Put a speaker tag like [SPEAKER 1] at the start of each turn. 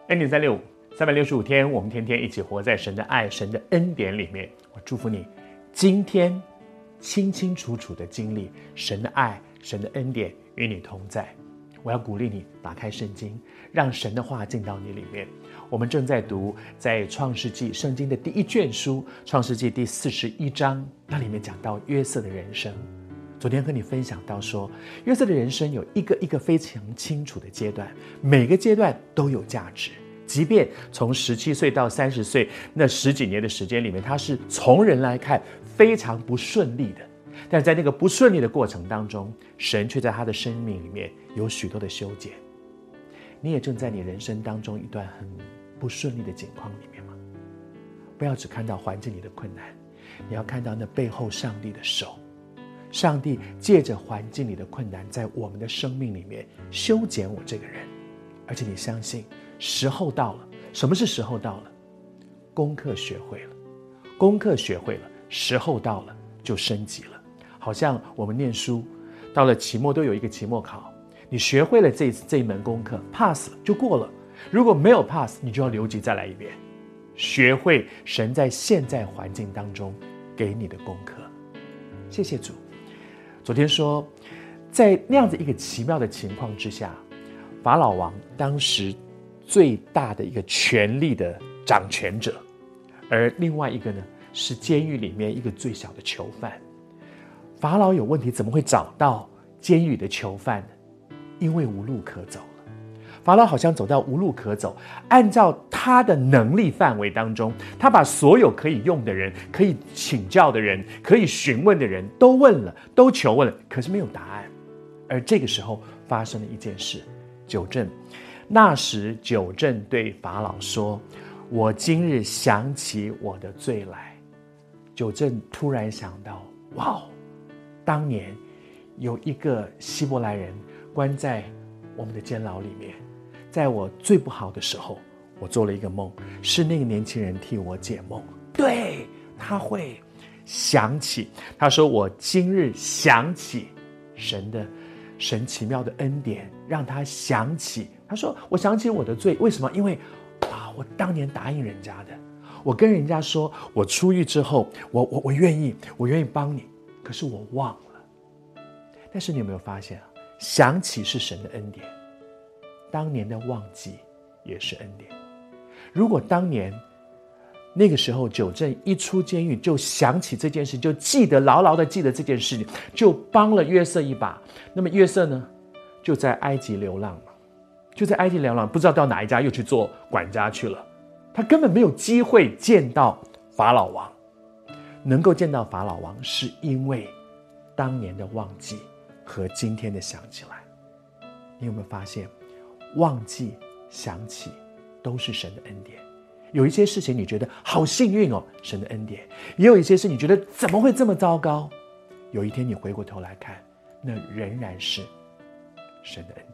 [SPEAKER 1] 恩典365 365天，我们天天一起活在神的爱、神的恩典里面。我祝福你，今天清清楚楚的经历神的爱、神的恩典与你同在。我要鼓励你打开圣经，让神的话进到你里面。我们正在读在创世纪圣经的第1卷书，创世纪第41章，那里面讲到约瑟的人生。昨天和你分享到说，约瑟的人生有一个非常清楚的阶段，每个阶段都有价值。即便从17岁到30岁那10几年的时间里面，他是从人来看非常不顺利的，但在那个不顺利的过程当中，神却在他的生命里面有许多的修剪。你也正在你人生当中一段很不顺利的境况里面吗？不要只看到环境里的困难，你要看到那背后上帝的手。上帝借着环境里的困难，在我们的生命里面修剪我这个人。而且你相信时候到了。什么是时候到了？功课学会了，功课学会了，时候到了就升级了。好像我们念书到了期末都有一个期末考，你学会了这一门功课 pass 了就过了，如果没有 pass 你就要留级再来一遍。学会神在现在环境当中给你的功课。谢谢主。昨天说在那样子一个奇妙的情况之下，法老王当时最大的一个权力的掌权者，而另外一个呢是监狱里面一个最小的囚犯。法老有问题，怎么会找到监狱的囚犯呢？因为无路可走了。法老好像走到无路可走，按照他的能力范围当中，他把所有可以用的人、可以请教的人、可以询问的人都问了，都求问了，可是没有答案。而这个时候发生了一件事，酒政。那时酒政对法老说：“我今日想起我的罪来。”酒政突然想到，哇，当年有一个希伯来人关在我们的监牢里面，在我最不好的时候，我做了一个梦，是那个年轻人替我解梦。对，他会想起，他说我今日想起神奇妙的恩典，让他想起。他说我想起我的罪，为什么？因为我当年答应人家的，我跟人家说我出狱之后我愿意帮你，可是我忘了。但是你有没有发现啊？想起是神的恩典，当年的忘记也是恩典。如果当年那个时候酒政一出监狱就想起这件事，就牢牢的记得这件事情，就帮了约瑟一把，那么约瑟呢就在埃及流浪嘛，不知道到哪一家又去做管家去了。他根本没有机会见到法老王。能够见到法老王，是因为当年的忘记和今天的想起来。你有没有发现，忘记想起都是神的恩典。有一些事情你觉得好幸运哦，神的恩典；也有一些事你觉得怎么会这么糟糕，有一天你回过头来看，那仍然是神的恩典。